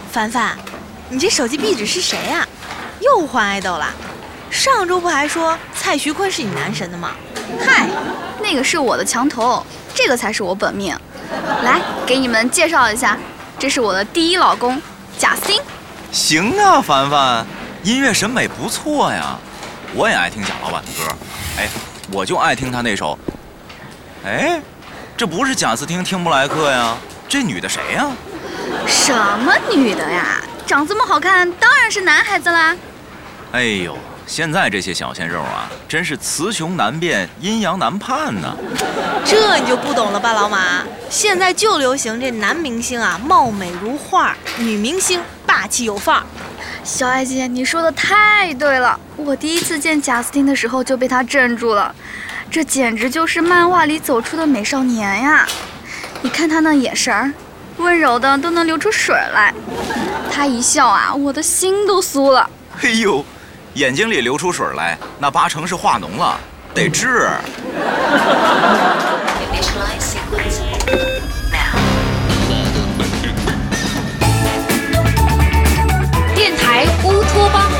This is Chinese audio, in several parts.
凡凡，你这手机壁纸是谁呀？又换爱豆了？上周不还说蔡徐坤是你男神的吗？ 嗨，那个是我的墙头，这个才是我本命。来，给你们介绍一下，这是我的第一老公贾斯汀。 行啊，凡凡，音乐审美不错呀，我也爱听贾老板的歌。哎，我就爱听他那首。哎，这不是贾斯汀汀布莱克呀？这女的谁呀？ 什么女的呀？长这么好看，当然是男孩子啦。 哎呦，现在这些小鲜肉啊，真是雌雄难辨，阴阳难判呢。 这你就不懂了吧，老马？现在就流行这男明星啊，貌美如花，女明星霸气有范儿。 小爱姐，你说的太对了。我第一次见贾斯汀的时候就被他镇住了，这简直就是漫画里走出的美少年呀！你看他那眼神儿，温柔的都能流出水来。他一笑啊，我的心都酥了。 哎呦，眼睛里流出水来，那八成是化脓了，得治。 电台乌托邦。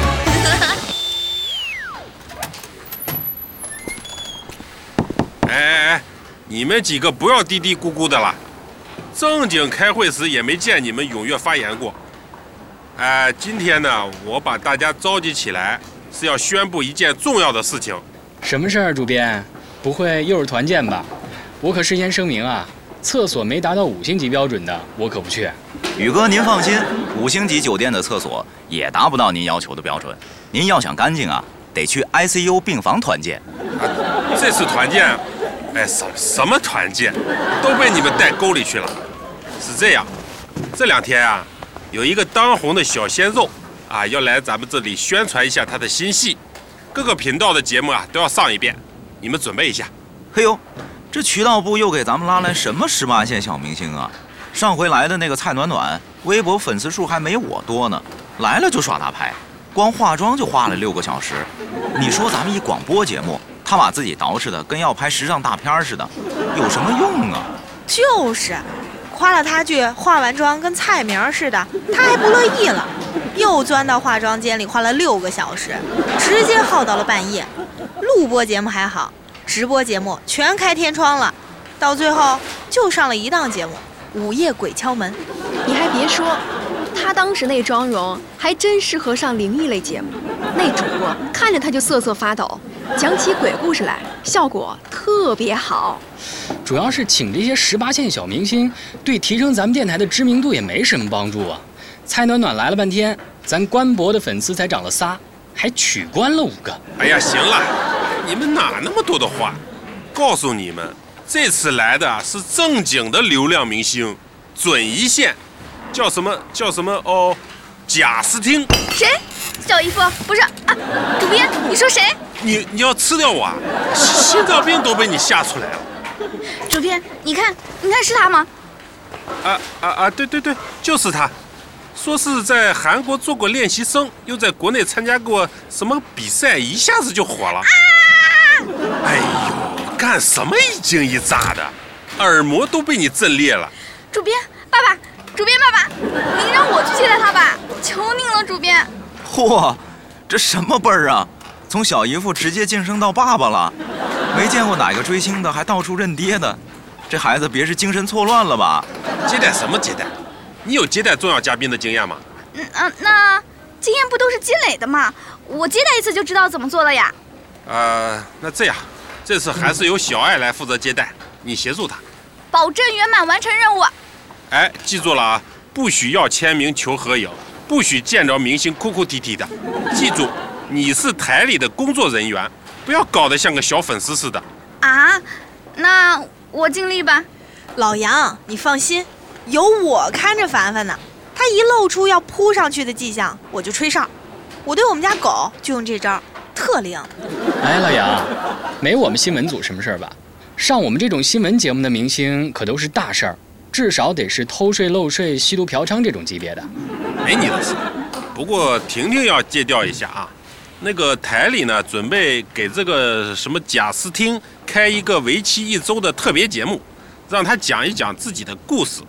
哎，你们几个不要嘀嘀咕咕的了。正经开会时也没见你们踊跃发言过。今天呢，我把大家召集起来，是要宣布一件重要的事情。 什么事儿，主编？不会又是团建吧？我可事先声明啊，厕所没达到5星级标准的，我可不去。 宇哥，您放心，5星级酒店的厕所也达不到您要求的标准。您要想干净啊，得去 ICU 病房团建。 这次团建，什么团建，都被你们带沟里去了。是这样，这2天啊，有一个当红的小鲜肉啊，要来咱们这里宣传一下他的新戏，各个频道的节目啊都要上一遍，你们准备一下。 嘿呦，这渠道部又给咱们拉来什么18线小明星啊？上回来的那个蔡暖暖，微博粉丝数还没我多呢，来了就耍大牌，光化妆就花了6个小时。你说咱们一广播节目，他把自己捯饬的跟要拍时尚大片似的，有什么用啊？ 就是，夸了他句化完妆跟蔡明似的，他还不乐意了，又钻到化妆间里花了6个小时，直接耗到了半夜。录播节目还好，直播节目全开天窗了，到最后就上了一档节目《午夜鬼敲门》。 你还别说，他当时那妆容还真适合上灵异类节目，那主播看着他就瑟瑟发抖，讲起鬼故事来效果特别好。 主要是请这些18线小明星，对提升咱们电台的知名度也没什么帮助啊。蔡暖暖来了半天，咱官博的粉丝才涨了3，还取关了5个。 哎呀，行了，你们哪那么多的话？告诉你们，这次来的是正经的流量明星，准一线，叫什么哦，贾斯汀。 谁？小姨夫？不是啊，主编，你说谁？ 你要吃掉我啊？心脏病都被你吓出来了。 主编，你看是他吗？ 对，就是他。说是在韩国做过练习生，又在国内参加过什么比赛，一下子就火了。哎呦，干什么一惊一乍的，耳膜都被你震裂了。 主编爸爸，您让我去接待他吧，求您了，主编。 嚯，这什么辈儿啊？从小姨夫直接晋升到爸爸了，没见过哪个追星的还到处认爹的，这孩子别是精神错乱了吧？ 接待什么接待？你有接待重要嘉宾的经验吗？ 那经验不都是积累的吗？我接待一次就知道怎么做了呀。 那这样，这次还是由小爱来负责接待，你协助他， 保证圆满完成任务。 哎，记住了啊，不许要签名求合影，不许见着明星哭哭啼啼的。记住，你是台里的工作人员，不要搞得像个小粉丝似的。 啊，那我尽力吧。 老杨，你放心，有我看着凡凡呢。他一露出要扑上去的迹象，我就吹哨。我对我们家狗就用这招，特灵。 哎，老杨，没我们新闻组什么事儿吧？上我们这种新闻节目的明星可都是大事儿，至少得是偷税漏税、吸毒嫖娼这种级别的。 没你的事。不过婷婷要借调一下啊，那个台里呢准备给这个什么贾斯汀开一个为期1周的特别节目，让他讲一讲自己的故事。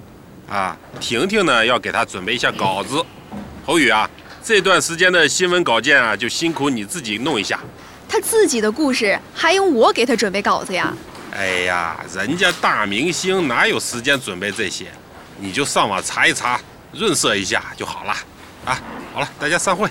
啊，婷婷呢要给他准备一下稿子。侯宇啊，这段时间的新闻稿件啊，就辛苦你自己弄一下。 他自己的故事还用我给他准备稿子呀？ 哎呀，人家大明星哪有时间准备这些？你就上网查一查，润色一下就好了。啊，好了，大家散会。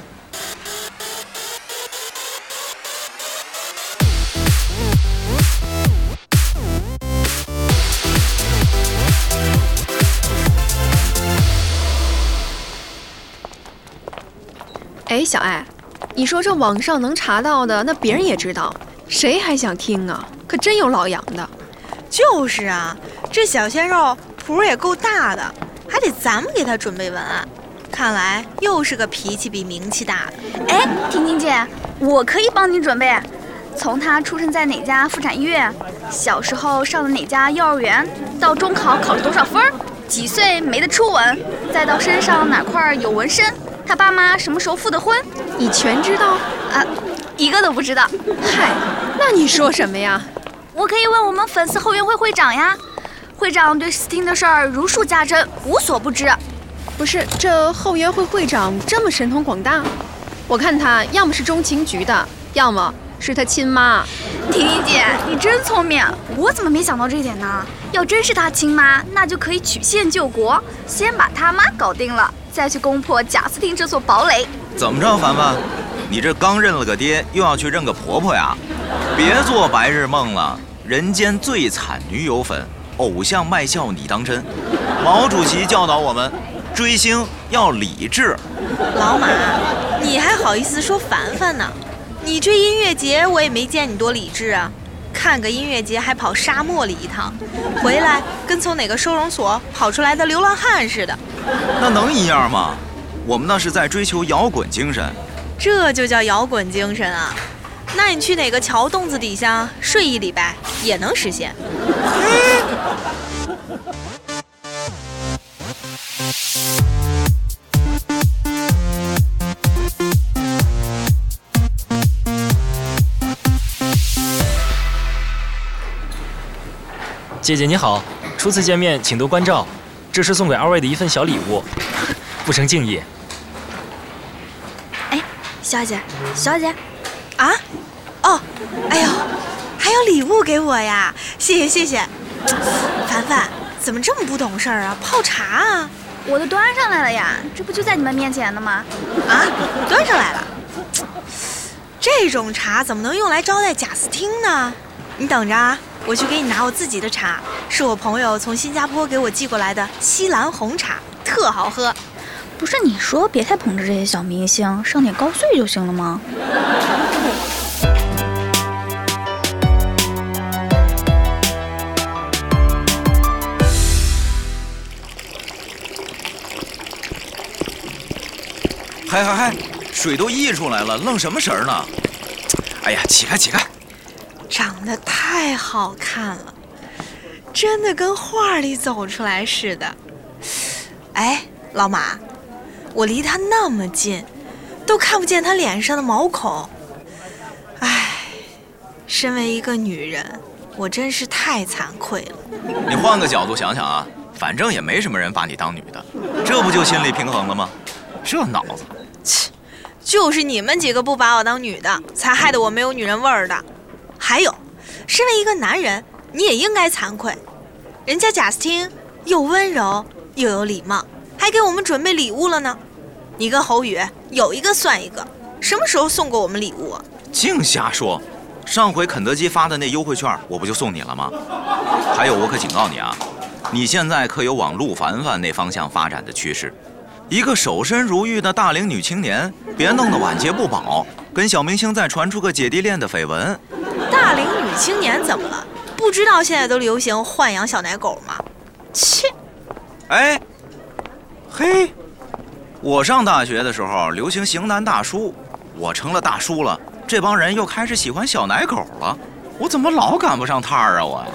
哎，小艾，你说这网上能查到的，那别人也知道，谁还想听啊？可真有老杨的。 就是啊，这小鲜肉谱也够大的，还得咱们给他准备文案。看来又是个脾气比名气大的。 哎，婷婷姐，我可以帮你准备。从他出生在哪家妇产医院，小时候上的哪家幼儿园，到中考考了多少分，几岁没得初吻，再到身上哪块有纹身，他爸妈什么时候复的婚， 你全知道啊？一个都不知道。 嗨，那你说什么呀？ 我可以问我们粉丝后援会会长呀。会长对斯汀的事儿如数家珍，无所不知。 不是，这后援会会长这么神通广大，我看他要么是中情局的，要么是他亲妈。 婷婷姐，你真聪明，我怎么没想到这一点呢？要真是他亲妈，那就可以曲线救国，先把他妈搞定了，再去攻破贾斯汀这座堡垒。 怎么着，凡凡，你这刚认了个爹，又要去认个婆婆呀？别做白日梦了，人间最惨女友粉，偶像卖笑你当真。毛主席教导我们，追星要理智。 老马，你还好意思说凡凡呢？你追音乐节我也没见你多理智啊，看个音乐节还跑沙漠里一趟，回来跟从哪个收容所跑出来的流浪汉似的。 那能一样吗？我们那是在追求摇滚精神。 这就叫摇滚精神啊！那你去哪个桥洞子底下睡一礼拜也能实现。 姐姐你好，初次见面请多关照，这是送给二位的一份小礼物，不胜敬意。 哎，小姐，小姐， 啊？哦，哎呦，还有礼物给我呀！谢谢谢谢。凡凡，怎么这么不懂事儿啊？泡茶啊？ 我都端上来了呀，这不就在你们面前的吗？ 啊，端上来了。这种茶怎么能用来招待贾斯汀呢？你等着啊，我去给你拿我自己的茶，是我朋友从新加坡给我寄过来的西兰红茶，特好喝。 不是你说别太捧着这些小明星，上点高碎就行了吗？ 嗨，水都溢出来了，愣什么神呢？哎呀，起开！ 长得太好看了，真的跟画里走出来似的。哎，老马，我离他那么近，都看不见他脸上的毛孔。哎，身为一个女人，我真是太惭愧了。 你换个角度想想啊，反正也没什么人把你当女的，这不就心理平衡了吗？这脑子， 切，就是你们几个不把我当女的，才害得我没有女人味儿的。还有，身为一个男人，你也应该惭愧。人家贾斯汀又温柔又有礼貌，还给我们准备礼物了呢。你跟侯宇有一个算一个，什么时候送过我们礼物啊？ 净瞎说！上回肯德基发的那优惠券，我不就送你了吗？还有，我可警告你啊，你现在可有往陆凡凡那方向发展的趋势。一个守身如玉的大龄女青年，别弄得晚节不保，跟小明星再传出个姐弟恋的绯闻。 大龄女青年怎么了？不知道现在都流行豢养小奶狗吗？切！ 哎，嘿，我上大学的时候流行型男大叔，我成了大叔了，这帮人又开始喜欢小奶狗了，我怎么老赶不上趟啊我？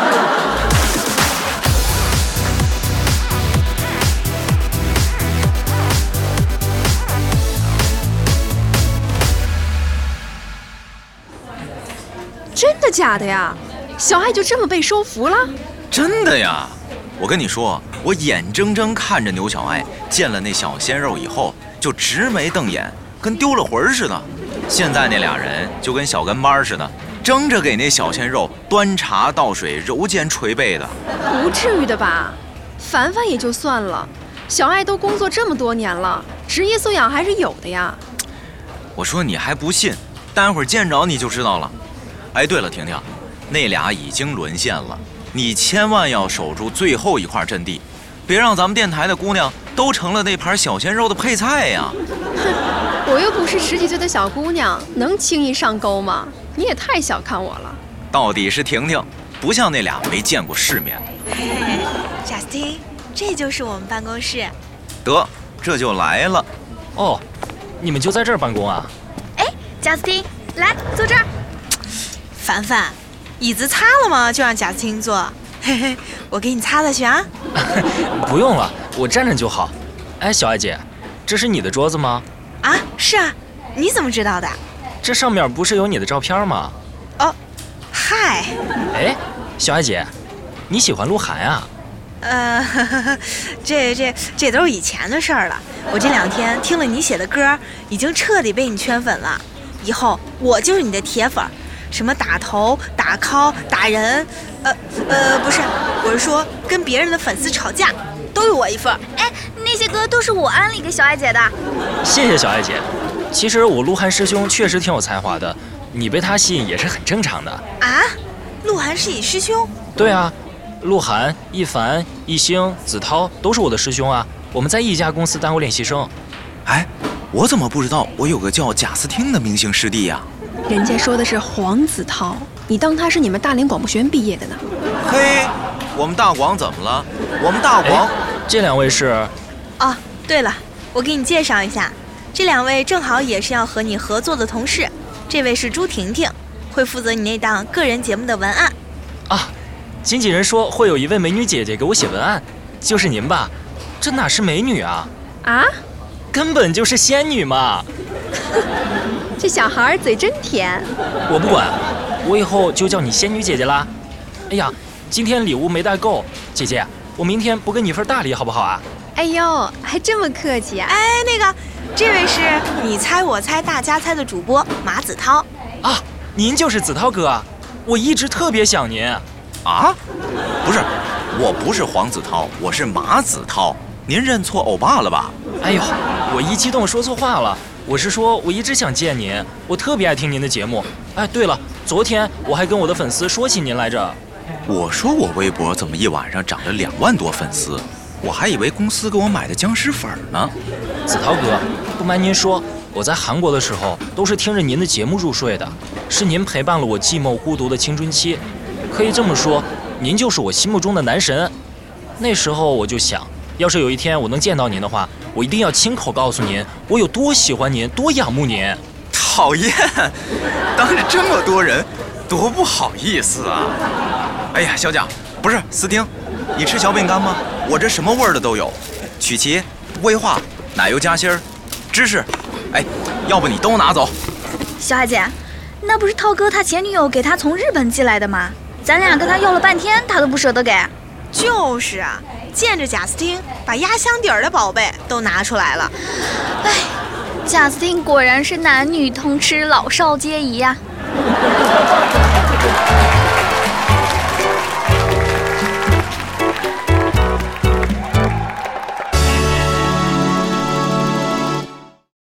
真的假的呀？小爱就这么被收服了？ 真的呀！我跟你说， 我眼睁睁看着牛小爱见了那小鲜肉以后，就直眉瞪眼，跟丢了魂似的。现在那俩人就跟小跟班似的，争着给那小鲜肉端茶倒水、揉肩捶背的。 不至于的吧？凡凡也就算了，小爱都工作这么多年了，职业素养还是有的呀。 我说你还不信，待会儿见着你就知道了。哎，对了，婷婷，那俩已经沦陷了，你千万要守住最后一块阵地，别让咱们电台的姑娘都成了那盘小鲜肉的配菜呀！ 我又不是10几岁的小姑娘，能轻易上钩吗？你也太小看我了。 到底是婷婷，不像那俩没见过世面。 贾斯汀，这就是我们办公室。 得，这就来了。 哦，你们就在这儿办公啊？ 哎，贾斯汀，来坐这儿。 凡凡，椅子擦了吗？就让贾斯汀坐。嘿嘿，我给你擦擦去啊。 不用了，我站着就好。哎，小爱姐，这是你的桌子吗？ 啊，是啊，你怎么知道的？ 这上面不是有你的照片吗？ 哦，嗨。 哎，小爱姐，你喜欢鹿晗啊？ 这都是以前的事儿了。我这2天听了你写的歌，已经彻底被你圈粉了。以后我就是你的铁粉，什么打头、打 call、打人，不是，我是说跟别人的粉丝吵架，都有我一份。 哎，那些歌都是我安利给小爱姐的。 谢谢小爱姐。其实我鹿晗师兄确实挺有才华的，你被他吸引也是很正常的。 啊？鹿晗是你师兄？ 对啊，鹿晗、一凡、一星、子韬都是我的师兄啊，我们在一家公司当过练习生。 哎，我怎么不知道我有个叫贾斯汀的明星师弟呀？ 人家说的是黄子韬，你当他是你们大连广播学院毕业的呢？ 嘿，我们大广怎么了？我们大广…… 这2位是…… 哦，对了，我给你介绍一下，这2位正好也是要和你合作的同事。这位是朱婷婷，会负责你那档个人节目的文案。 啊，经纪人说会有一位美女姐姐给我写文案，就是您吧？这哪是美女啊？ 啊？ 根本就是仙女嘛！ 这小孩嘴真甜。 我不管，我以后就叫你仙女姐姐啦。哎呀，今天礼物没带够，姐姐，我明天补给你份大礼好不好啊？ 哎呦，还这么客气啊！ 哎，那个，这位是你猜我猜大家猜的主播马子韬啊，您就是子韬哥啊，我一直特别想您。 啊？不是，我不是黄子韬，我是马子韬，您认错欧巴了吧？ 哎呦，我一激动说错话了，我是说我一直想见您，我特别爱听您的节目。哎，对了，昨天我还跟我的粉丝说起您来着。 我说我微博怎么一晚上涨了2万多粉丝，我还以为公司给我买的僵尸粉呢。 子韬哥，不瞒您说，我在韩国的时候都是听着您的节目入睡的，是您陪伴了我寂寞孤独的青春期，可以这么说，您就是我心目中的男神。那时候我就想，要是有一天我能见到您的话，我一定要亲口告诉您我有多喜欢您，多仰慕您。 讨厌，当着这么多人，多不好意思啊！哎呀，小蒋，不是斯汀，你吃小饼干吗？我这什么味儿的都有，曲奇、威化、奶油夹心儿、芝士，哎，要不你都拿走。 小海姐，那不是涛哥他前女友给他从日本寄来的吗？咱俩跟他要了半天，他都不舍得给。 就是啊，见着贾斯汀，把压箱底儿的宝贝都拿出来了。 哎，贾斯汀果然是男女通吃，老少皆宜呀。